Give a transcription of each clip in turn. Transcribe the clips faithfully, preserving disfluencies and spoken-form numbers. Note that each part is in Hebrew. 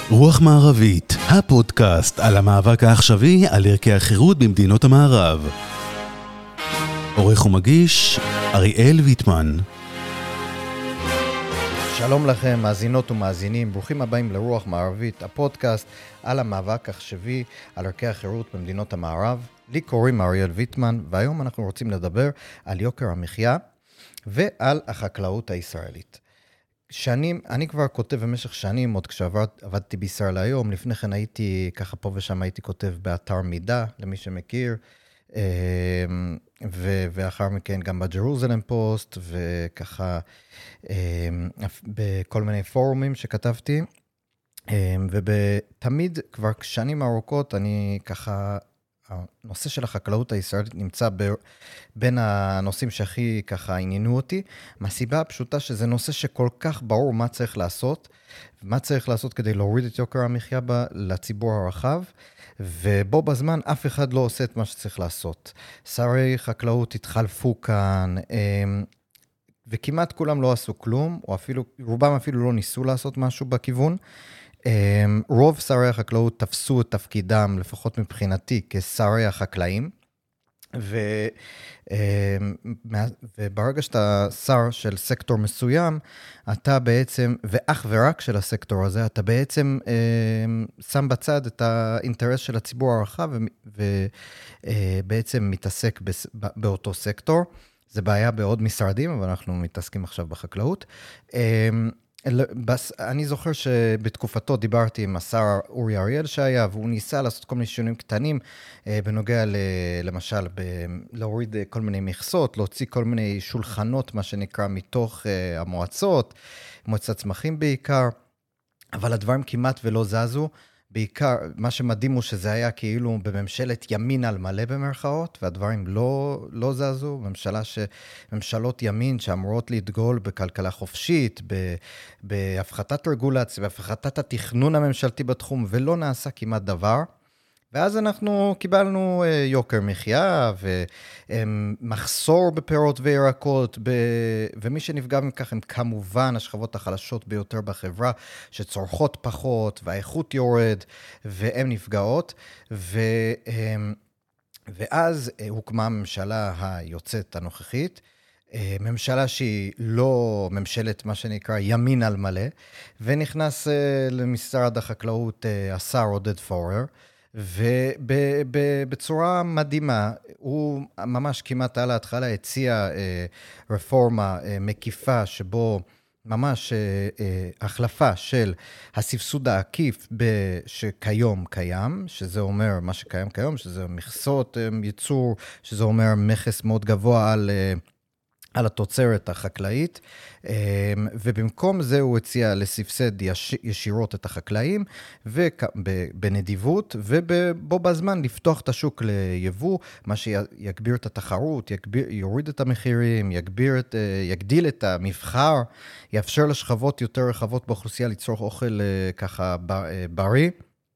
רוח מערבית, הפודקאסט על המאבק העכשווי על ערכי החירות במדינות המערב. עורך ומגיש, אריאל ויטמן. שלום לכם, מאזינות ומאזינים, ברוכים הבאים לרוח מערבית, הפודקאסט על המאבק העכשווי על ערכי החירות במדינות המערב. לי קוראים אריאל ויטמן, והיום אנחנו רוצים לדבר על יוקר המחיה ועל החקלאות הישראלית. שנים, אני כבר כותב במשך שנים, עוד כשעבדתי בישראל היום, לפני כן הייתי, ככה פה ושם הייתי כותב באתר מידע, למי שמכיר, ו- ואחר מכן גם בג'רוזלם פוסט, וככה בכל מיני פורומים שכתבתי, ובתמיד כבר שנים ארוכות אני ככה, הנושא של החקלאות הישראלית נמצא ב- בין הנושאים שהכי ככה עניינו אותי, מהסיבה הפשוטה שזה נושא שכל כך ברור מה צריך לעשות, מה צריך לעשות כדי להוריד את יוקר המחיה ב- לציבור הרחב, ובו בזמן אף אחד לא עושה את מה שצריך לעשות. שרי חקלאות התחלפו כאן, וכמעט כולם לא עשו כלום, או אפילו, רובם אפילו לא ניסו לעשות משהו בכיוון. רוב שרי החקלאות תפסו את תפקידם, לפחות מבחינתי, כשרי החקלאים, ו... וברגע שאתה שר של סקטור מסוים, אתה בעצם, ואך ורק של הסקטור הזה, אתה בעצם שם בצד את האינטרס של הציבור הרחב, ובעצם מתעסק באותו סקטור. זה בעיה בעוד משרדים, אבל אנחנו מתעסקים עכשיו בחקלאות. אני זוכר שבתקופתו דיברתי עם השר אורי אריאל שהיה, והוא ניסה לעשות כל מיני שינויים קטנים, בנוגע למשל להוריד כל מיני מכסות, להוציא כל מיני שולחנות, מה שנקרא, מתוך המועצות, מועצת צמחים בעיקר, אבל הדברים כמעט ולא זזו. בעיקר, מה שמדהים הוא שזה היה כאילו בממשלת ימין על מלא במרכאות, והדברים לא, לא זזו, ממשלה ש, ממשלות ימין שאמורות להתגול בכלכלה חופשית, ב, בהפחתת רגולציה, בהפחתת התכנון הממשלתי בתחום, ולא נעשה כמעט דבר. ואז אנחנו קיבלנו יוקר מחיה ומחסור בפירות וירקות, ומי שנפגע מכך הם כמובן השכבות החלשות ביותר בחברה, שצורכות פחות והאיכות יורד, והן נפגעות, ו... ואז הוקמה הממשלה היוצאת הנוכחית, ממשלה שהיא לא ממשלת מה שנקרא ימין על מלא, ונכנס למשרד החקלאות השר עודד פורר, ובצורה מדהימה, הוא ממש כמעט על ההתחלה הציע רפורמה מקיפה שבו ממש החלפה של הסבסוד העקיף שכיום קיים, שזה אומר מה שקיים כיום, שזה מכסות ייצור, שזה אומר מכס מאוד גבוה על... על התוצרת החקלאית, ובמקום זה הוא הציע לסבסד ישירות את החקלאים, ובנדיבות, ובו בזמן לפתוח את השוק ליבוא, מה שיגביר את התחרות, יגביר, יוריד את המחירים, יגביר את, יגדיל את המבחר, יאפשר לשכבות יותר רחבות באוכלוסייה לצרוך אוכל ככה בריא,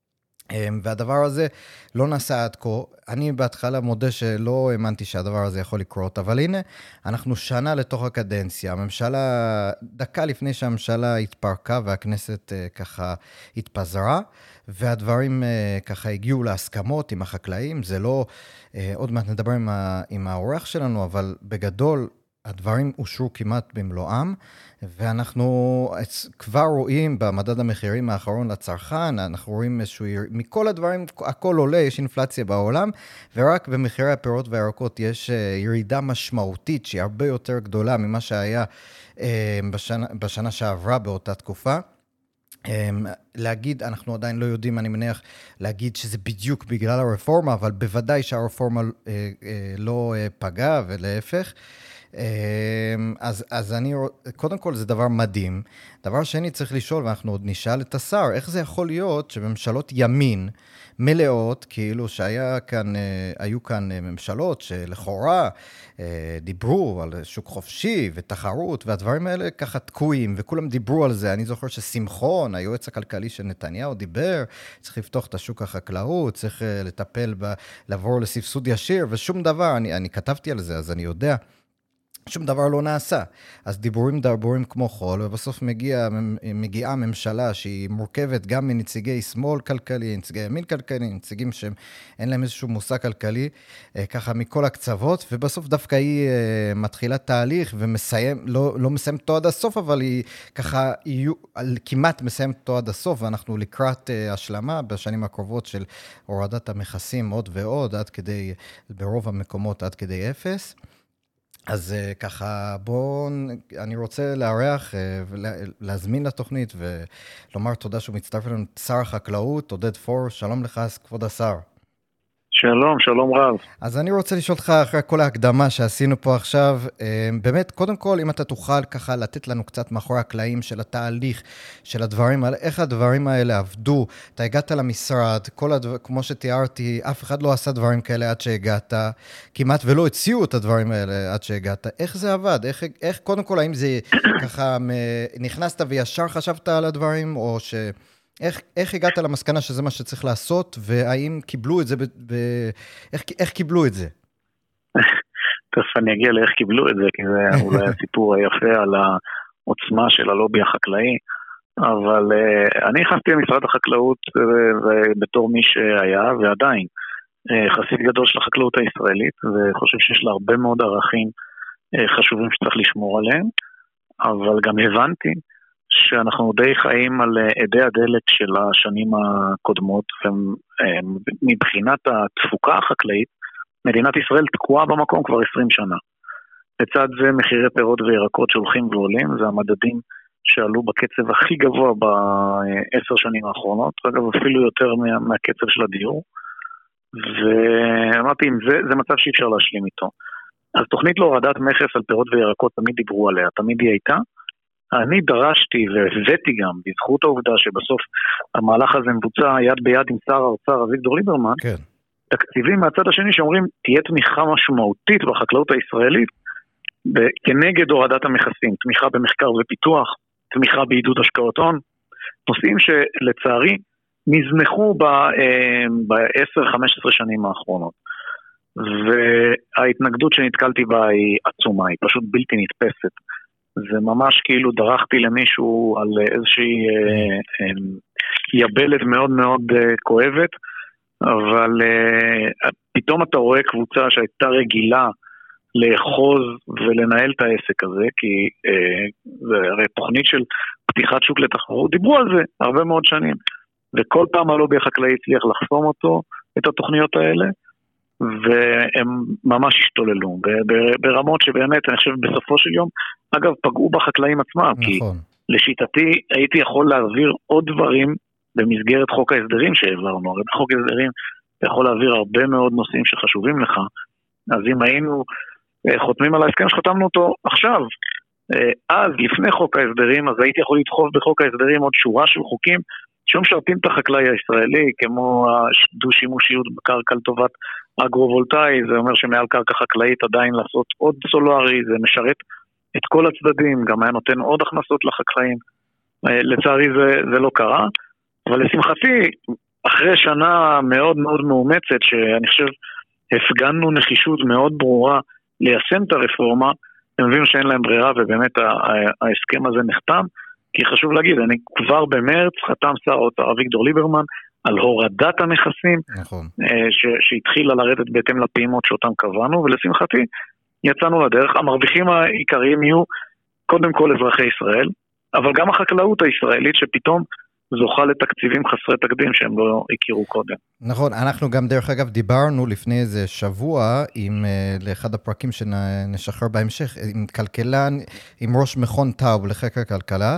והדבר הזה לא נעשה עד כה. אני בהתחלה מודה שלא האמנתי שהדבר הזה יכול לקרות, אבל הנה, אנחנו שנה לתוך הקדנציה. הממשלה, דקה לפני שהממשלה התפרקה והכנסת ככה התפזרה, והדברים ככה הגיעו להסכמות עם החקלאים. זה לא, עוד מעט נדבר עם, עם האורח שלנו, אבל בגדול, הדברים אושרו כמעט במלואם, ואנחנו כבר רואים במדד המחירים האחרון לצרכן, אנחנו רואים איזשהו, מכל הדברים, הכל עולה, יש אינפלציה בעולם, ורק במחירי הפירות והירקות יש ירידה משמעותית, שהיא הרבה יותר גדולה ממה שהיה בשנה, בשנה שעברה באותה תקופה. להגיד, אנחנו עדיין לא יודעים, אני מניח, להגיד שזה בדיוק בגלל הרפורמה, אבל בוודאי שהרפורמה לא פגעה, ולהפך. אז, אז אני, קודם כל זה דבר מדהים. דבר שני צריך לשאול, ואנחנו עוד נשאל את השר, איך זה יכול להיות שממשלות ימין מלאות, כאילו שהיה כאן, היו כאן ממשלות שלכאורה דיברו על שוק חופשי ותחרות, והדברים האלה ככה תקועים, וכולם דיברו על זה. אני זוכר ששמחון, היועץ הכלכלי של נתניהו, דיבר, צריך לפתוח את השוק החקלאות, צריך לטפל, ב, לעבור לסבסוד ישיר, ושום דבר, אני, אני כתבתי על זה, אז אני יודע. שום דבר לא נעשה. אז דיבורים דרבורים כמו חול, ובסוף מגיע, מגיעה ממשלה שהיא מורכבת גם מנציגי שמאל כלכלי, נציגי ימין כלכלי, נציגים שאין להם איזשהו מושג כלכלי, ככה מכל הקצוות, ובסוף דווקא היא מתחילה תהליך ומסיים, לא, לא מסיים אותו עד הסוף, אבל היא ככה, היא כמעט מסיים אותו עד הסוף, ואנחנו לקראת השלמה בשנים הקרובות של הורדת המכסים עוד ועוד, עד כדי, ברוב המקומות עד כדי אפס. אז ככה, בואו, אני רוצה לארח ולהזמין לתוכנית ולומר תודה שהוא מצטרף לנו, שר החקלאות, עודד פור, שלום לך, כבוד השר. שלום, שלום רב. אז אני רוצה לשאול אותך אחרי כל ההקדמה שעשינו פה עכשיו, באמת, קודם כל, אם אתה תוכל ככה לתת לנו קצת מאחורי הקלעים של התהליך, של הדברים האלה, איך הדברים האלה עבדו, אתה הגעת למשרד, כל הדבר, כמו שתיארתי, אף אחד לא עשה דברים כאלה עד שהגעת, כמעט ולא הציעו את הדברים האלה עד שהגעת, איך זה עבד? איך, איך קודם כל, האם זה ככה נכנסת וישר חשבת על הדברים, או ש... איך, איך הגעת למסקנה שזה מה שצריך לעשות, והאם קיבלו את זה, ב, ב, איך, איך קיבלו את זה? תכף אני אגיע לאיך קיבלו את זה, כי זה אולי הסיפור היפה על העוצמה של הלובי החקלאי, אבל uh, אני נכנסתי למשרד החקלאות uh, בתור מי שהיה, ועדיין uh, חסיד גדול של החקלאות הישראלית, וחושב שיש לה הרבה מאוד ערכים uh, חשובים שצריך לשמור עליהם, אבל גם הבנתי, שאנחנו די חיים על עדי הדלק של השנים הקודמות, ומבחינת התפוקה החקלאית, מדינת ישראל תקועה במקום כבר עשרים שנה. לצד זה מחירי פירות וירקות שהולכים ועולים, זה המדדים שעלו בקצב הכי גבוה בעשר שנים האחרונות, אגב אפילו יותר מה, מהקצב של הדיור, ואמרתי, זה, זה מצב שאי אפשר להשלים איתו. אז תוכנית להורדת מכס על פירות וירקות תמיד דיברו עליה, תמיד היא הייתה, אני דרשתי והבאתי גם, בזכות העובדה שבסוף המהלך הזה מבוצע יד ביד עם שר האוצר אביגדור ליברמן, כן. תקציבים מהצד השני שאומרים, תהיה תמיכה משמעותית בחקלאות הישראלית, כנגד הורדת המכסים, תמיכה במחקר ופיתוח, תמיכה בעידוד השקעות הון, נושאים שלצערי נזנחו ב-עשר חמש עשרה שנים האחרונות. וההתנגדות שנתקלתי בה היא עצומה, היא פשוט בלתי נתפסת. זה ממש כאילו דרכתי למישהו על איזושהי אה, אה, יבלת מאוד מאוד אה, כואבת, אבל אה, פתאום אתה רואה קבוצה שהייתה רגילה לאחוז ולנהל את העסק הזה, כי אה, זה הרי תוכנית של פתיחת שוק לתחרות, דיברו על זה הרבה מאוד שנים, וכל פעם הלובי החקלאי הצליח לחסום אותו, את התוכניות האלה, והם ממש השתוללו, ברמות שבאמת, אני חושב, בסופו של יום, אגב, פגעו בחקלאים עצמם, נכון. כי לשיטתי הייתי יכול להעביר עוד דברים במסגרת חוק ההסדרים שהעברנו, הרי בחוק ההסדרים אתה יכול להעביר הרבה מאוד נושאים שחשובים לך, אז אם היינו חותמים על ההסכם שחתמנו אותו עכשיו, אז לפני חוק ההסדרים, אז הייתי יכול לדחוף בחוק ההסדרים עוד שורה של חוקים, שמשרתים את החקלאי הישראלי, כמו הדו-שימושיות בקרקע לטובת אגרו-וולטאי, זה אומר שמעל קרקע חקלאית עדיין לעשות עוד סולארי, זה משרת את כל הצדדים, גם היה נותן עוד הכנסות לחקלאים. לצערי זה, זה לא קרה, אבל לשמחתי, אחרי שנה מאוד מאוד מאומצת, שאני חושב הפגנו נחישות מאוד ברורה ליישם את הרפורמה, הם מבינים שאין להם ברירה, ובאמת ההסכם הזה נחתם, כי חשוב להגיד, אני כבר במרץ חתם שר האוצר אביגדור ליברמן על הורדת המכסים, נכון. ש- שהתחילה לרדת בהתאם לפעימות שאותם קבענו, ולשמחתי יצאנו לדרך. המרוויחים העיקריים יהיו קודם כל אזרחי ישראל, אבל גם החקלאות הישראלית שפתאום זוכה לתקציבים חסרי תקדים שהם לא הכירו קודם. נכון, אנחנו גם דרך אגב דיברנו לפני איזה שבוע עם, לאחד הפרקים שנשחרר בהמשך, עם כלכלן, עם ראש מכון טאוב לחקר הכלכלה,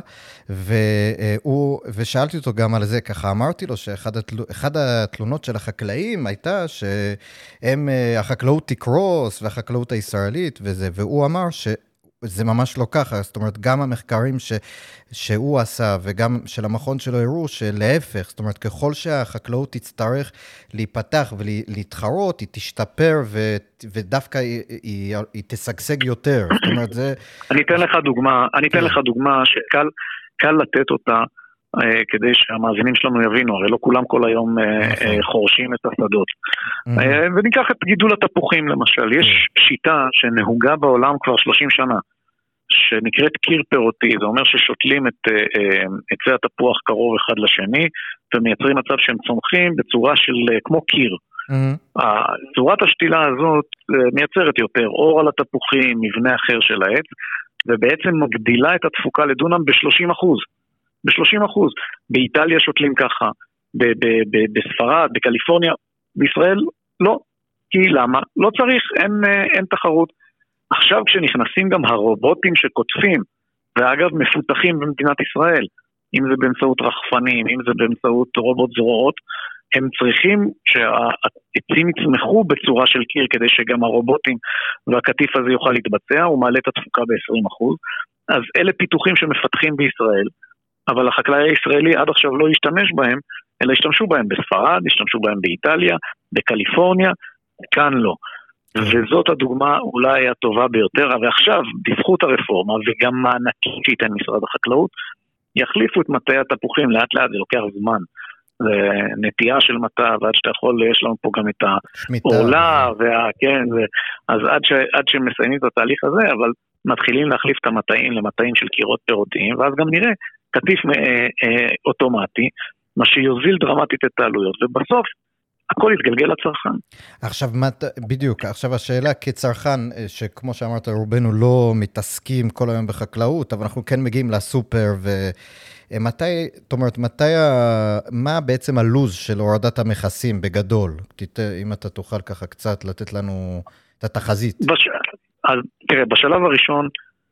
והוא, ושאלתי אותו גם על זה, ככה אמרתי לו שאחד התלו, התלונות של החקלאים הייתה שהם, החקלאות תקרוס והחקלאות הישראלית וזה, והוא אמר ש... זה ממש לא ככה, זאת אומרת, גם המחקרים ש, שהוא עשה וגם של המכון שלו הראו שלהפך, זאת אומרת, ככל שהחקלאות תצטרך להיפתח ולהתחרות, היא תשתפר ו, ודווקא היא, היא, היא תשגשג יותר. זאת אומרת, זה... אני אתן לך דוגמה, אני אתן לך דוגמה שקל קל לתת אותה, כדי שהמאזינים שלנו יבינו, הרי לא כולם כל היום חורשים את השדות. וניקח את גידול התפוחים למשל, יש שיטה שנהוגה בעולם כבר שלושים שנה, שנקראת קיר פירותי, זה אומר ששותלים את עצי התפוח קרוב אחד לשני, ומייצרים מצב שהם צומחים בצורה של כמו קיר. צורת השתילה הזאת מייצרת יותר אור על התפוחים, מבנה אחר של העץ, ובעצם מגדילה את התפוקה לדונם ב-שלושים אחוז. ב-שלושים אחוז. באיטליה שותלים ככה, בספרד, בקליפורניה, בישראל לא. כי למה? לא צריך, אין, אין תחרות. עכשיו כשנכנסים גם הרובוטים שקוטפים, ואגב מפותחים במדינת ישראל, אם זה באמצעות רחפנים, אם זה באמצעות רובוט זרועות, הם צריכים שהעצים יצמחו בצורה של קיר, כדי שגם הרובוטים והקטיף הזה יוכל להתבצע, הוא מעלה את התפוקה ב-עשרים אחוז. אז אלה פיתוחים שמפתחים בישראל, אבל החקלאי הישראלי עד עכשיו לא ישתמש בהם, אלא ישתמשו בהם בספרד, ישתמשו בהם באיטליה, בקליפורניה, כאן לא. וזאת הדוגמה אולי הטובה ביותר, ועכשיו, בזכות הרפורמה וגם מענקים שייתן משרד החקלאות, יחליפו את מטעי התפוחים לאט לאט, זה לוקח זמן. זה נטייה של מטע, ועד שאתה יכול, יש לנו פה גם את העולה, וה, כן, ו, אז עד, ש, עד שמסיימים את התהליך הזה, אבל מתחילים להחליף את המטעים למטעים של קירות פירותיים, ואז גם נראה קטיף אה, אה, אוטומטי, מה שיוזיל דרמטית את העלויות, ובסוף הכל יתגלגל לצרכן. עכשיו, בדיוק, עכשיו השאלה כצרכן, שכמו שאמרת, רובנו לא מתעסקים כל היום בחקלאות, אבל אנחנו כן מגיעים לסופר, ומתי, זאת אומרת, מתי, מה בעצם הלוז של הורדת המכסים בגדול? אם אתה תוכל ככה קצת לתת לנו את התחזית. בש... אז תראה, בשלב הראשון,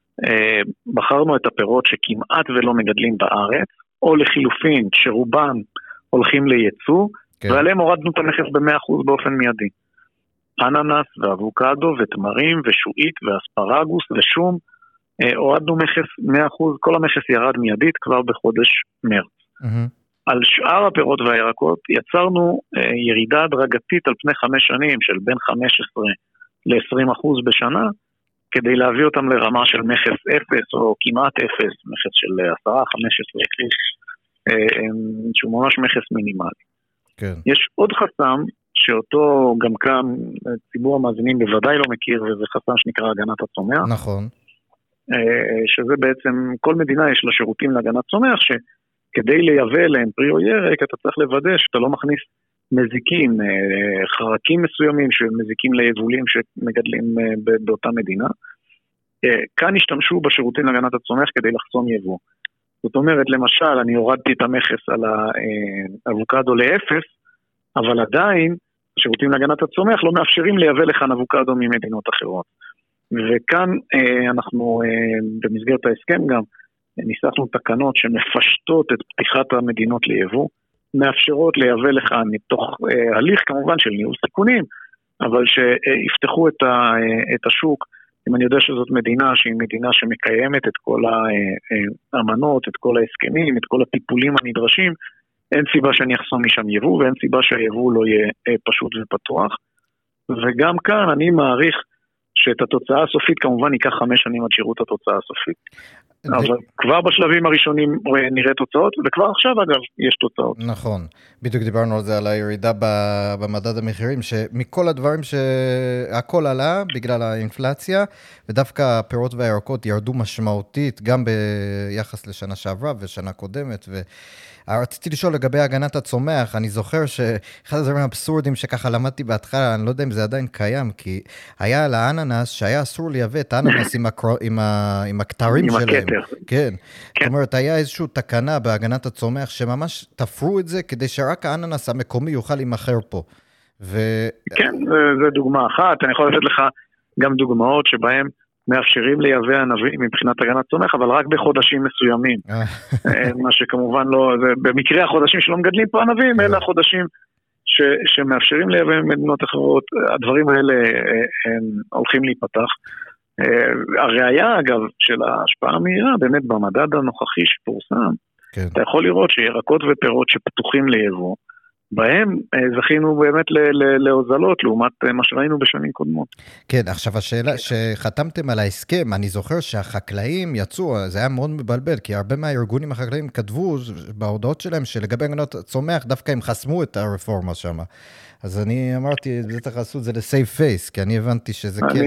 בחרנו את הפירות שכמעט ולא מגדלים בארץ, או לחילופין, שרובם הולכים לייצוא, ועליהם הורדנו את המכס ב-מאה אחוז באופן מיידי. אננס ואבוקדו ותמרים ושועית ואספרגוס ושום, הורדנו מכס מאה אחוז, כל המכס ירד מיידית כבר בחודש מרץ. Mm-hmm. על שאר הפירות והירקות יצרנו ירידה הדרגתית על פני חמש שנים של בין חמש עשרה ל-עשרים אחוז בשנה, כדי להביא אותם לרמה של מכס אפס או כמעט אפס, מכס של עשרה חמש עשרה, שהוא ממש מכס מינימלי. כן. יש עוד חסם שאותו גם כאן ציבור המאזינים בוודאי לא מכיר, וזה חסם שנקרא הגנת הצומח. נכון. שזה בעצם, כל מדינה יש לה שירותים להגנת צומח, שכדי לייבא אליהם פרי או ירק, אתה צריך לוודא שאתה לא מכניס מזיקים, חרקים מסוימים שמזיקים ליבולים שמגדלים באותה מדינה. כאן השתמשו בשירותים להגנת הצומח כדי לחסום יבוא. זאת אומרת, למשל, אני הורדתי את המכס על האבוקדו לאפס, אבל עדיין, השירותים להגנת הצומח לא מאפשרים לייבא לכאן אבוקדו ממדינות אחרות. וכאן אנחנו, במסגרת ההסכם גם, ניסחנו תקנות שמפשטות את פתיחת המדינות ליבוא, מאפשרות לייבא לכאן מתוך הליך כמובן של ניהול סיכונים, אבל שיפתחו את השוק, אם אני יודע שזאת מדינה שהיא מדינה שמקיימת את כל האמנות, את כל ההסכמים, את כל הטיפולים הנדרשים, אין סיבה שאני אחסום משם יבוא, ואין סיבה שהיבוא לא יהיה פשוט ופתוח. וגם כאן אני מעריך שאת התוצאה הסופית כמובן ייקח חמש שנים עד שירות התוצאה הסופית. אבל כבר בשלבים הראשונים נראה תוצאות, וכבר עכשיו אגב יש תוצאות. נכון, בדיוק דיברנו על זה, על הירידה במדד המחירים, שמכל הדברים שהכל עלה בגלל האינפלציה, ודווקא הפירות והירקות ירדו משמעותית, גם ביחס לשנה שעברה ושנה קודמת, ורציתי לשאול לגבי הגנת הצומח, אני זוכר שאחד הדברים האבסורדים שככה למדתי בהתחלה, אני לא יודע אם זה עדיין קיים, כי היה על האננס שהיה אסור לייבא את האננס עם, הקר... עם, ה... עם הכתרים שלהם. כן. זאת אומרת, היה איזושהי תקנה בהגנת הצומח שממש תפרו את זה כדי שרק האננס המקומי יוכל להימחר פה. ו... כן, זו דוגמה אחת. אני יכול לתת לך גם דוגמאות שבהם מאפשרים לייבא ענבים מבחינת הגנת צומח, אבל רק בחודשים מסוימים. מה שכמובן לא, זה במקרה החודשים שלא מגדלים פה ענבים, אלה החודשים ש, שמאפשרים לייבא ממדינות אחרות. הדברים האלה הם הולכים להיפתח. הראיה אגב של ההשפעה המהירה, באמת במדד הנוכחי שפורסם, כן. אתה יכול לראות שירקות ופירות שפתוחים ליבוא, בהם זכינו באמת להוזלות, לעומת מה שראינו בשנים קודמות. כן, עכשיו השאלה, שחתמתם על ההסכם, אני זוכר שהחקלאים יצאו, זה היה מאוד מבלבל, כי הרבה מהארגונים החקלאים כתבו בהודעות שלהם, שלגבי הגנת הצומח, דווקא הם חסמו את הרפורמה שם. אז אני אמרתי, בטח עשו את זה לסייב פייס, כי אני הבנתי שזה כן...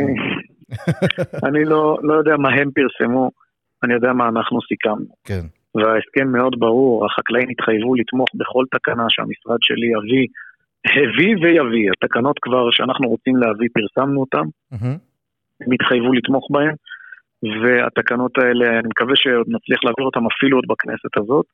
אני לא יודע מה הם פרסמו, אני יודע מה אנחנו סיכמנו. כן. וההסכם מאוד ברור, החקלאים התחייבו לתמוך בכל תקנה שהמשרד שלי יביא, הביא ויביא, התקנות כבר שאנחנו רוצים להביא, פרסמנו אותן, הם התחייבו לתמוך בהן, והתקנות האלה, אני מקווה שנצליח להעביר אותן אפילו עוד בכנסת הזאת,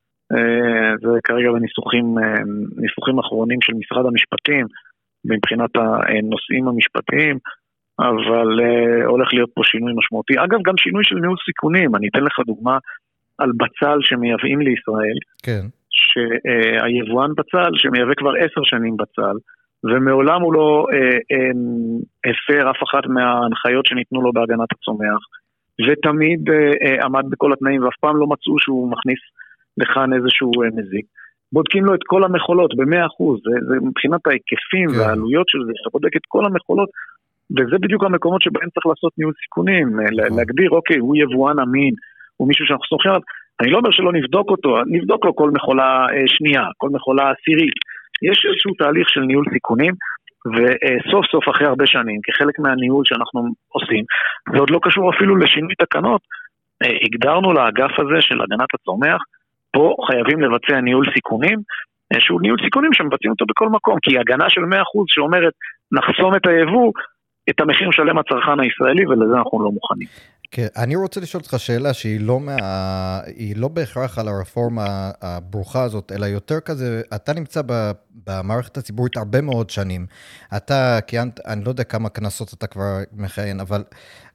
זה כרגע בניסוחים ניסוחים אחרונים של משרד המשפטים, מבחינת הנושאים המשפטיים, אבל הולך להיות פה שינוי משמעותי, אגב גם שינוי של ניהול סיכונים, אני אתן לך דוגמה, על בצל שמייבאים לישראל, כן. שהיבואן בצל שמייבא כבר עשר שנים בצל, ומעולם הוא לא אה, אה, הפר אף אחת מההנחיות שניתנו לו בהגנת הצומח, ותמיד אה, אה, עמד בכל התנאים, ואף פעם לא מצאו שהוא מכניס לכאן איזשהו אה, מזיק. בודקים לו את כל המכולות ב-מאה אחוז, זה, זה מבחינת ההיקפים כן. והעלויות של זה, בודק את כל המכולות, וזה בדיוק המקומות שבהם צריך לעשות ניהול סיכונים, נכון. להגדיר, אוקיי, הוא יבואן אמין, הוא מישהו שאנחנו סומכים עליו, אני לא אומר שלא נבדוק אותו, נבדוק לו כל מכולה שנייה, כל מכולה עשירית. יש איזשהו תהליך של ניהול סיכונים, וסוף סוף אחרי הרבה שנים, כחלק מהניהול שאנחנו עושים, זה עוד לא קשור אפילו לשינוי תקנות, הגדרנו לאגף הזה של הגנת הצומח, פה חייבים לבצע ניהול סיכונים, שהוא ניהול סיכונים שמבצעים אותו בכל מקום, כי הגנה של מאה אחוז שאומרת, נחסום את היבוא, את המחיר משלם הצרכן הישראלי, ולזה אנחנו לא מוכנים. כן, אני רוצה לשאול אותך שאלה שהיא לא, מה, היא לא בהכרח על הרפורמה הברוכה הזאת, אלא יותר כזה, אתה נמצא במערכת הציבורית הרבה מאוד שנים, אתה כיהנת, אני לא יודע כמה כנסות אתה כבר מכהן, אבל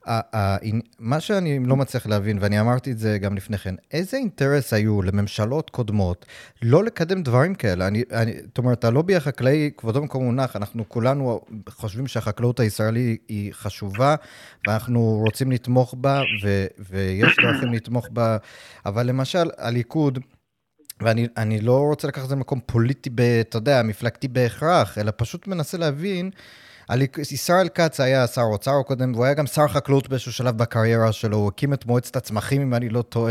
מה שאני לא מצליח להבין, ואני אמרתי את זה גם לפני כן, איזה אינטרס היו לממשלות קודמות לא לקדם דברים כאלה? אני, אני, זאת אומרת, הלובי החקלאי, כבודו במקום מונח, אנחנו כולנו חושבים שהחקלאות הישראלי היא חשובה, ואנחנו רוצים לתמוך בה, ו, ויש דרכים לתמוך בה, אבל למשל, הליכוד, ואני אני לא רוצה לקחת את זה למקום פוליטי, אתה יודע, מפלגתי בהכרח, אלא פשוט מנסה להבין, ישראל כץ היה שר אוצר קודם, והוא היה גם שר חקלאות באיזשהו שלב בקריירה שלו, הוא הקים את מועצת הצמחים, אם אני לא טועה.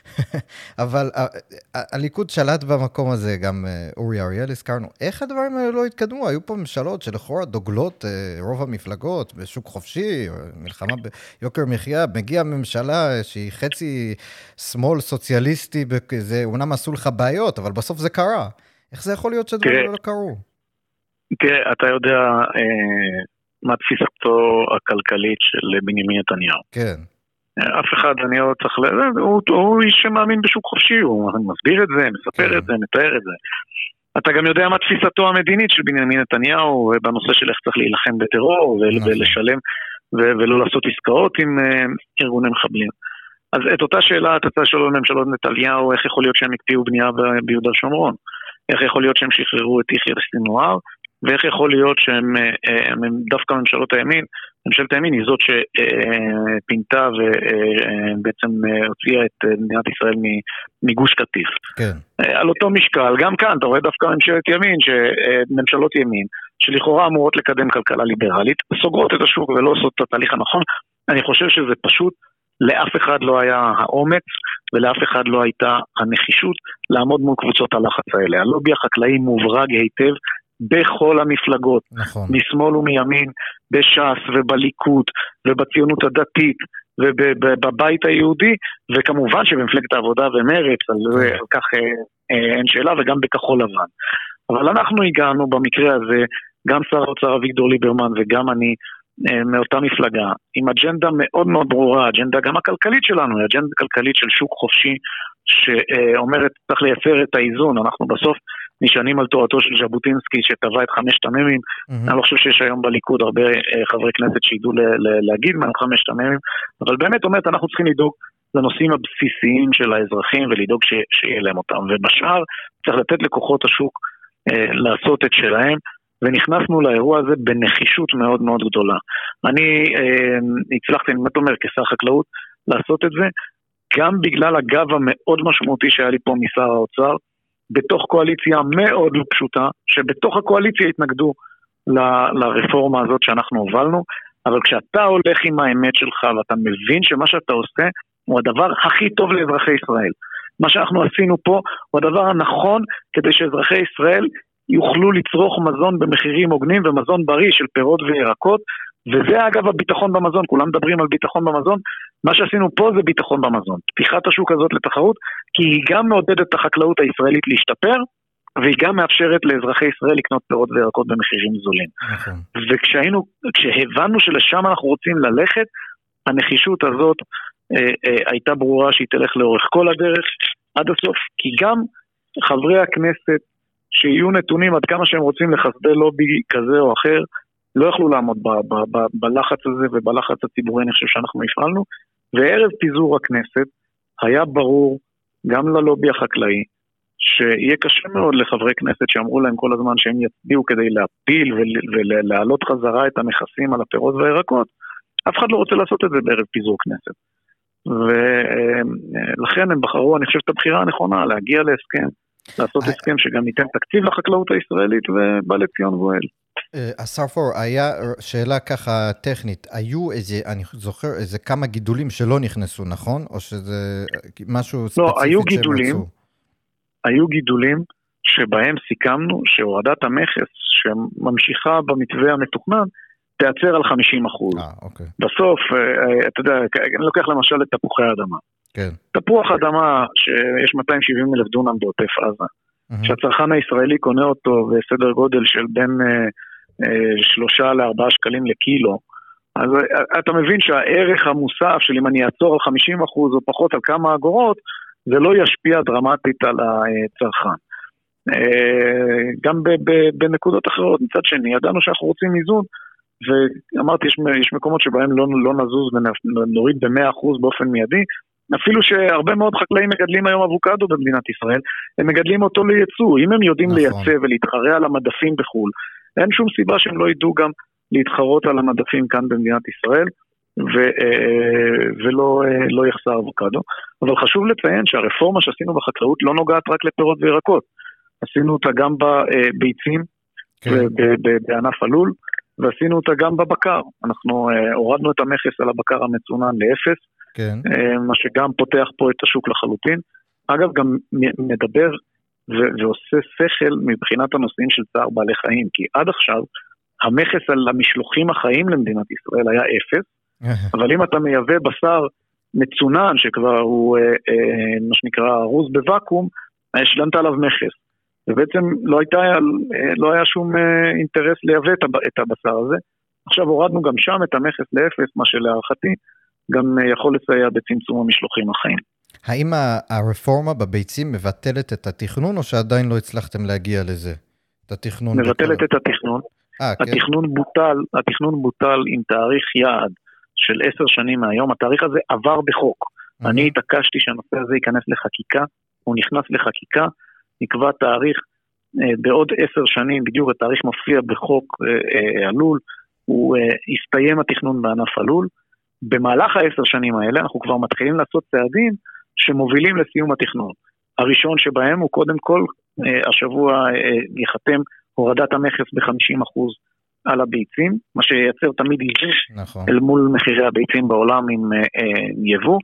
אבל הליכוד שלט במקום הזה, גם אורי אריאל הזכרנו. איך הדברים האלה לא התקדמו? היו פה ממשלות שלכאורה דוגלות רוב המפלגות, בשוק חופשי, מלחמה ביוקר מחיה, מגיעה ממשלה שהיא חצי שמאל סוציאליסטי, זה אומנם עשו לך בעיות, אבל בסוף זה קרה. איך זה יכול להיות שהדברים לא קרו? תראה, אתה יודע אה, מה תפיסתו הכלכלית של בנימין נתניהו. כן. אף אחד, אני לא צריך ל... הוא, הוא איש שמאמין בשוק חופשי, הוא מסביר את זה, מספר כן. את זה, מתאר את זה. אתה גם יודע מה תפיסתו המדינית של בנימין נתניהו, בנושא של איך צריך להילחם בטרור, נכון. ולשלם, ו- ולא לעשות עסקאות עם אה, ארגוני מחבלים. אז את אותה שאלה, אתה צריך לשאול לממשלות נתניהו, איך יכול להיות שהם הקפיאו בנייה ב- ביהודה ושומרון? איך יכול להיות שהם שחררו את יחיא סנוואר? ואיך יכול להיות שהם דווקא ממשלות הימין, ממשלת הימין היא זאת שפינתה ובעצם הוציאה את מדינת ישראל מגוש קטיף. כן. על אותו משקל, גם כאן אתה רואה דווקא ממשלת ימין, ממשלות ימין, שלכאורה אמורות לקדם כלכלה ליברלית, סוגרות את השוק ולא עושות את התהליך הנכון. אני חושב שזה פשוט, לאף אחד לא היה האומץ, ולאף אחד לא הייתה הנחישות לעמוד מול קבוצות הלחץ האלה. הלובי החקלאי מוברג היטב, בכל המפלגות, נכון. משמאל ומימין, בש"ס ובליכוד ובציונות הדתית ובבית היהודי, וכמובן שבמפלגת העבודה ומרץ, על כך אין שאלה, וגם בכחול לבן. אבל אנחנו הגענו במקרה הזה, גם שר האוצר אביגדור ליברמן וגם אני, מאותה מפלגה, עם אג'נדה מאוד מאוד ברורה, אג'נדה גם הכלכלית שלנו, אג'נדה כלכלית של שוק חופשי, שאומרת צריך לייצר את האיזון. אנחנו בסוף נשענים על תורתו של ז'בוטינסקי שטבע את חמשת המ"מים. mm-hmm. אני לא חושב שיש היום בליכוד הרבה חברי כנסת שידעו ל- ל- להגיד מה חמשת המ"מים, אבל באמת אומרת אנחנו צריכים לדאוג לנושאים הבסיסיים של האזרחים ולדאוג ש- שיהיה להם אותם, ובשאר צריך לתת לכוחות השוק אה, לעשות את שלהם, ונכנסנו לאירוע הזה בנחישות מאוד מאוד גדולה. אני אה, הצלחתי, אני באמת אומר, כשר חקלאות, לעשות את זה, גם בגלל הגב המאוד משמעותי שהיה לי פה משר האוצר, בתוך קואליציה מאוד לא פשוטה, שבתוך הקואליציה התנגדו ל- לרפורמה הזאת שאנחנו הובלנו, אבל כשאתה הולך עם האמת שלך ואתה מבין שמה שאתה עושה הוא הדבר הכי טוב לאזרחי ישראל. מה שאנחנו עשינו פה הוא הדבר הנכון כדי שאזרחי ישראל יוכלו לצרוך מזון במחירים הוגנים ומזון בריא של פירות וירקות, וזה אגב הביטחון במזון, כולם מדברים על ביטחון במזון, מה שעשינו פה זה ביטחון במזון. פתיחת השוק הזאת לתחרות, כי היא גם מעודדת את החקלאות הישראלית להשתפר, והיא גם מאפשרת לאזרחי ישראל לקנות פירות וירקות במחירים זולים. נכון. וכשהיינו, כשהבנו שלשם אנחנו רוצים ללכת, הנחישות הזאת אה, אה, הייתה ברורה שהיא תלך לאורך כל הדרך עד הסוף, כי גם חברי הכנסת שיהיו נתונים עד כמה שהם רוצים לחסדי לובי כזה או אחר, לא יכלו לעמוד ב- ב- ב- בלחץ הזה ובלחץ הציבורי, אני חושב שאנחנו הפעלנו, וערב פיזור הכנסת היה ברור גם ללובי החקלאי, שיהיה קשה מאוד לחברי כנסת שאמרו להם כל הזמן שהם יצביעו כדי להפיל ולהעלות חזרה את המכסים על הפירות והירקות, אף אחד לא רוצה לעשות את זה בערב פיזור כנסת. ולכן הם בחרו, אני חושב את הבחירה הנכונה, להגיע להסכם, לעשות הסכם שגם ייתן תקציב לחקלאות הישראלית ובא לציון גואל. השר פור, היה שאלה ככה טכנית, היו איזה, אני זוכר, איזה כמה גידולים שלא נכנסו, נכון? או שזה משהו ספציפי לא, היו גידולים, היו גידולים שבהם סיכמנו שהורדת המכס שממשיכה במתווה המתוכנן, תייצר על חמישים אחוז. אה, אוקיי. בסוף, אתה יודע, אני לוקח למשל את תפוחי האדמה. כן. תפוח אדמה שיש מאתיים שבעים אלף דונם בעוטף עזה, mm-hmm. שהצרכן הישראלי קונה אותו בסדר גודל של בין אה, אה, שלושה לארבעה שקלים לקילו, אז אה, אתה מבין שהערך המוסף של אם אני אעצור על חמישים אחוז או פחות על כמה אגורות, זה לא ישפיע דרמטית על הצרכן. אה, גם ב- ב- בנקודות אחרות, מצד שני, ידענו שאנחנו רוצים איזון, ואמרתי, יש, יש מקומות שבהם לא, לא נזוז ונוריד ב-מאה אחוז באופן מיידי, אפילו שהרבה מאוד חקלאים מגדלים היום אבוקדו במדינת ישראל, הם מגדלים אותו לייצוא, אם הם יודעים נכון. לייצא ולהתחרה על המדפים בחול, אין שום סיבה שהם לא ידעו גם להתחרות על המדפים כאן במדינת ישראל, ו, ולא לא יחסר אבוקדו. אבל חשוב לציין שהרפורמה שעשינו בחקלאות לא נוגעת רק לפירות וירקות, עשינו אותה גם בביצים, כן. בענף הלול, ועשינו אותה גם בבקר. אנחנו הורדנו את המכס על הבקר המצונן לאפס, כן. מה שגם פותח פה את השוק לחלוטין. אגב, גם מדבר ו- ועושה שכל מבחינת הנושאים של צער בעלי חיים, כי עד עכשיו המכס על המשלוחים החיים למדינת ישראל היה אפס, אבל אם אתה מייבא בשר מצונן שכבר הוא אה, אה, מה שנקרא ארוז בוואקום, השלמת עליו מכס. ובעצם לא, הייתה, לא היה שום אה, אינטרס לייבא את הבשר הזה. עכשיו הורדנו גם שם את המכס לאפס, מה שלהערכתי גם יכול לסייע בצמצום המשלוחים החיים. האם הרפורמה בביצים מבטלת את התכנון, או שעדיין לא הצלחתם להגיע לזה? את התכנון מבטלת בכל... את התכנון. 아, התכנון כן. בוטל, התכנון בוטל עם תאריך יעד של עשר שנים מהיום. התאריך הזה עבר בחוק. Mm-hmm. אני התעקשתי שהנושא הזה ייכנס לחקיקה, הוא נכנס לחקיקה, נקבע תאריך אה, בעוד עשר שנים, בדיוק התאריך מופיע בחוק אה, אה, הלול, הוא אה, הסתיים התכנון בענף הלול, במהלך העשר שנים האלה אנחנו כבר מתחילים לעשות צעדים שמובילים לסיום התכנון. הראשון שבהם הוא קודם כל, השבוע יחתם הורדת המכס ב-חמישים אחוז על הביצים, מה שייצר תמיד איזון נכון. אל מול מחירי הביצים בעולם עם יבוא.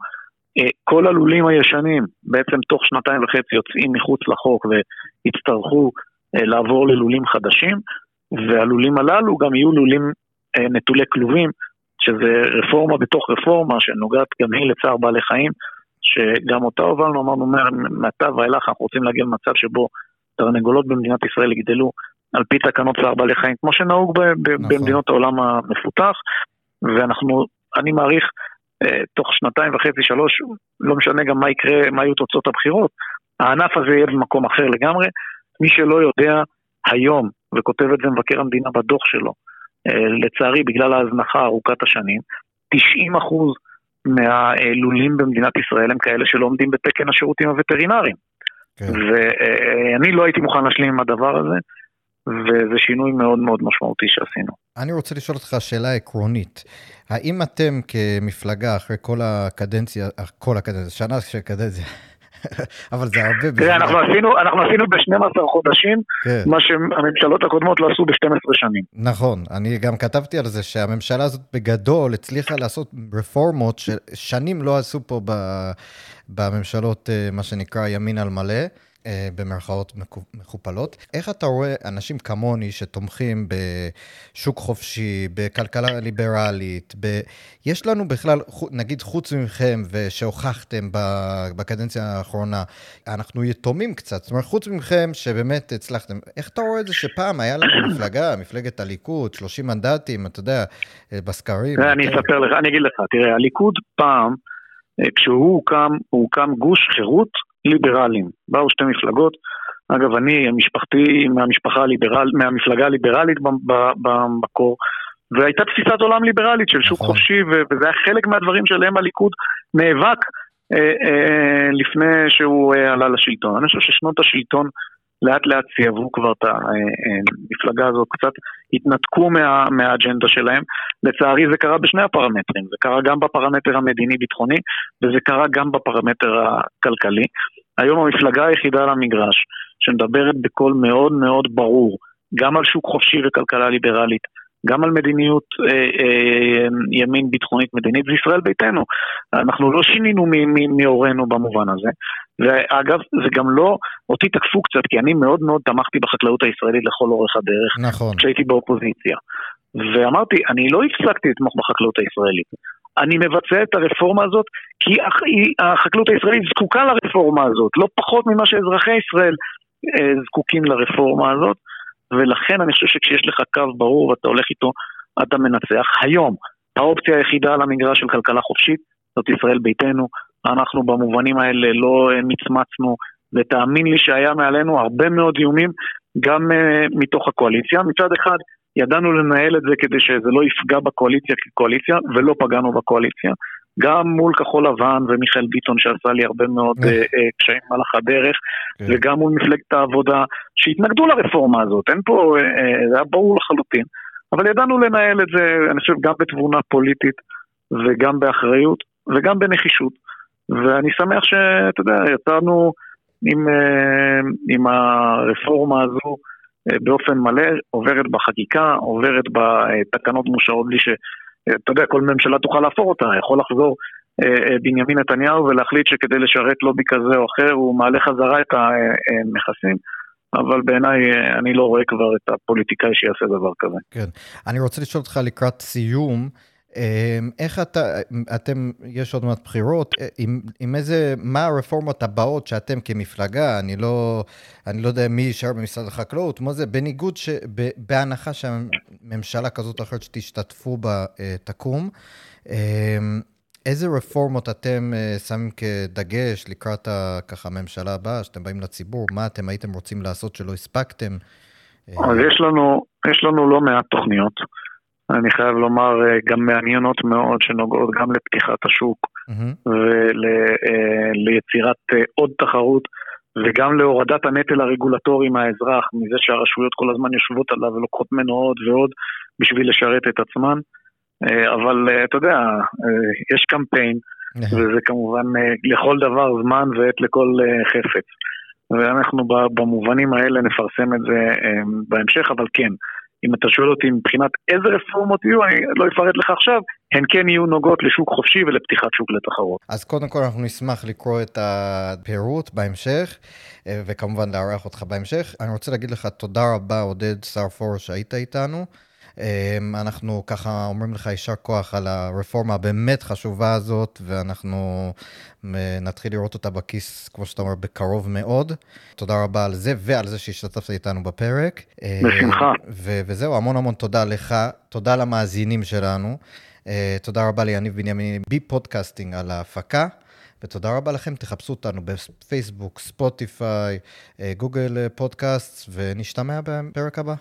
כל הלולים הישנים בעצם תוך שנתיים וחצי יוצאים מחוץ לחוק והצטרכו לעבור ללולים חדשים, והלולים הללו גם יהיו לולים נטולי כלובים, שזה רפורמה בתוך רפורמה שנוגעת גם היא לצער בעלי חיים, שגם אותה הובלנו, אמרנו מעתה ואילך אנחנו רוצים להגיע למצב שבו תרנגולות במדינת ישראל יגדלו על פי תקנות צער בעלי חיים, כמו שנהוג ב- ב- נכון. במדינות העולם המפותח, ואנחנו, אני מעריך, תוך שנתיים וחצי, שלוש, לא משנה גם מה יקרה, מה יהיו תוצאות הבחירות, הענף הזה יהיה במקום אחר לגמרי. מי שלא יודע היום, וכותב את זה מבקר המדינה בדוח שלו, לצערי בגלל ההזנחה ארוכת השנים, תשעים אחוז מהלולים במדינת ישראל הם כאלה שלא עומדים בתקן השירותים הווטרינריים. כן. ואני לא הייתי מוכן להשלים עם הדבר הזה, וזה שינוי מאוד מאוד משמעותי שעשינו. אני רוצה לשאול אותך שאלה עקרונית. האם אתם כמפלגה אחרי כל הקדנציה, כל הקדנציה, שנה של קדנציה, אבל זה הרבה... תראה, אנחנו עשינו, אנחנו עשינו ב-שנים עשר חודשים, מה שהממשלות הקודמות לא עשו ב-שתים עשרה שנים. נכון, אני גם כתבתי על זה שהממשלה הזאת בגדול הצליחה לעשות רפורמות ששנים לא עשו פה בממשלות, מה שנקרא ימין על מלא, במרכאות מחופלות. איך אתה רואה אנשים כמוני שתומכים בשוק חופשי, בכלכלה ליברלית, ב... יש לנו בכלל, נגיד חוץ מכם ושהוכחתם בקדנציה האחרונה, אנחנו יתומים קצת, זאת אומרת חוץ מכם שבאמת הצלחתם, איך אתה רואה את זה שפעם היה לנו מפלגה, מפלגת הליכוד, שלושים מנדטים, אתה יודע, בסקרים. אני אספר לך, אני אגיד לך, תראה, הליכוד פעם, כשהוא הוקם, הוא הוקם גוש חירות ליברליים. באו שתי מפלגות, אגב אני, משפחתי מהמשפחה הליברל, מהמפלגה הליברלית במקור, והייתה תפיסת עולם ליברלית של שוק חופשי, וזה היה חלק מהדברים שלהם הליכוד נאבק אה, אה, לפני שהוא אה, עלה לשלטון. אני חושב ששנות השלטון לאט לאט סייבו כבר את המפלגה הזאת, קצת התנתקו מה, מהאג'נדה שלהם. לצערי זה קרה בשני הפרמטרים, זה קרה גם בפרמטר המדיני-ביטחוני, וזה קרה גם בפרמטר הכלכלי. היום המפלגה היחידה על המגרש, שמדברת בקול מאוד מאוד ברור, גם על שוק חופשי וכלכלה ליברלית, גם על מדיניות אה, אה, ימין ביטחונית מדינית, זה ישראל ביתנו. אנחנו לא שינינו מאורנו במובן הזה. ואגב, זה גם לא, אותי תקפו קצת, כי אני מאוד מאוד תמכתי בחקלאות הישראלית לכל אורך הדרך, נכון. כשהייתי באופוזיציה. ואמרתי, אני לא הפסקתי לתמוך בחקלאות הישראלית. אני מבצע את הרפורמה הזאת, כי החקלאות הישראלית זקוקה לרפורמה הזאת, לא פחות ממה שאזרחי ישראל אה, זקוקים לרפורמה הזאת, ולכן אני חושב שכשיש לך קו ברור ואתה הולך איתו, אתה מנצח. היום, האופציה היחידה על המגרש של כלכלה חופשית, זאת ישראל ביתנו, אנחנו במובנים האלה לא מצמצנו, ותאמין לי שהיה מעלינו הרבה מאוד איומים, גם uh, מתוך הקואליציה. מצד אחד, ידענו לנהל את זה כדי שזה לא יפגע בקואליציה כקואליציה, ולא פגענו בקואליציה. גם מול כחול לבן ומיכאל ביטון שעשה לי הרבה מאוד uh, uh, קשיים מלאך הדרך, וגם מול מפלגת העבודה שהתנגדו לרפורמה הזאת. אין פה, uh, זה היה ברור לחלוטין. אבל ידענו לנהל את זה, אני חושב, גם בתבונה פוליטית, וגם באחריות, וגם בנחישות. ואני שמח שאתה יודע, יצאנו עם, עם הרפורמה הזו באופן מלא, עוברת בחקיקה, עוברת בתקנות מאושרות בלי שאתה יודע, כל ממשלה תוכל להפור אותה, יכול לחזור בנימין נתניהו ולהחליט שכדי לשרת לובי כזה או אחר, הוא מעלה חזרה את המכסים, אבל בעיניי אני לא רואה כבר את הפוליטיקאי שיעשה דבר כזה. כן, אני רוצה לשאול אותך לקראת סיום, איך אתה, אתם, יש עוד מעט בחירות, עם, עם איזה, מה הרפורמות הבאות שאתם כמפלגה, אני לא, אני לא יודע מי יישאר במשרד החקלאות, מה זה, בניגוד ש, בהנחה שהממשלה כזאת או אחרת שתשתתפו בה תקום, איזה רפורמות אתם שמים כדגש לקראת ככה הממשלה הבאה, שאתם באים לציבור, מה אתם הייתם רוצים לעשות שלא הספקתם? אז יש לנו, יש לנו לא מעט תוכניות, אני חייב לומר גם מעניינות מאוד שנוגעות גם לפתיחת השוק mm-hmm. וליצירת עוד תחרות וגם להורדת הנטל הרגולטורי מהאזרח, מזה שהרשויות כל הזמן יושבות עליו ולוקחות ממנו עוד ועוד בשביל לשרת את עצמן. אבל אתה יודע, יש קמפיין mm-hmm. וזה כמובן לכל דבר זמן ועת לכל חפץ. ואנחנו במובנים האלה נפרסם את זה בהמשך, אבל כן. אם אתה שואל אותי מבחינת איזה רפורמות יהיו, אני לא אפרט לך עכשיו, הן כן יהיו נוגעות לשוק חופשי ולפתיחת שוק לתחרות. אז קודם כל אנחנו נשמח לקרוא את הפירוט בהמשך, וכמובן לארח אותך בהמשך. אני רוצה להגיד לך תודה רבה עודד סרפור שהיית איתנו. אנחנו ככה אומרים לך יישר כוח על הרפורמה הבאמת חשובה הזאת, ואנחנו נתחיל לראות אותה בכיס, כמו שאתה אומר, בקרוב מאוד. תודה רבה על זה ועל זה שהשתתפת איתנו בפרק. בשמחה. ו- וזהו, המון המון תודה לך, תודה למאזינים שלנו, תודה רבה ליניב בנימין בי פודקאסטינג על ההפקה, ותודה רבה לכם, תחפשו אותנו בפייסבוק, ספוטיפיי, גוגל פודקאסט, ונשתמע בפרק הבא.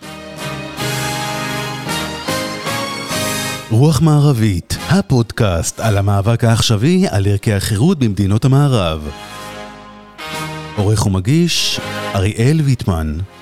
רוח מערבית, הפודקאסט על המאבק העכשווי על ערכי החירות במדינות המערב. עורך ומגיש, אריאל ויטמן.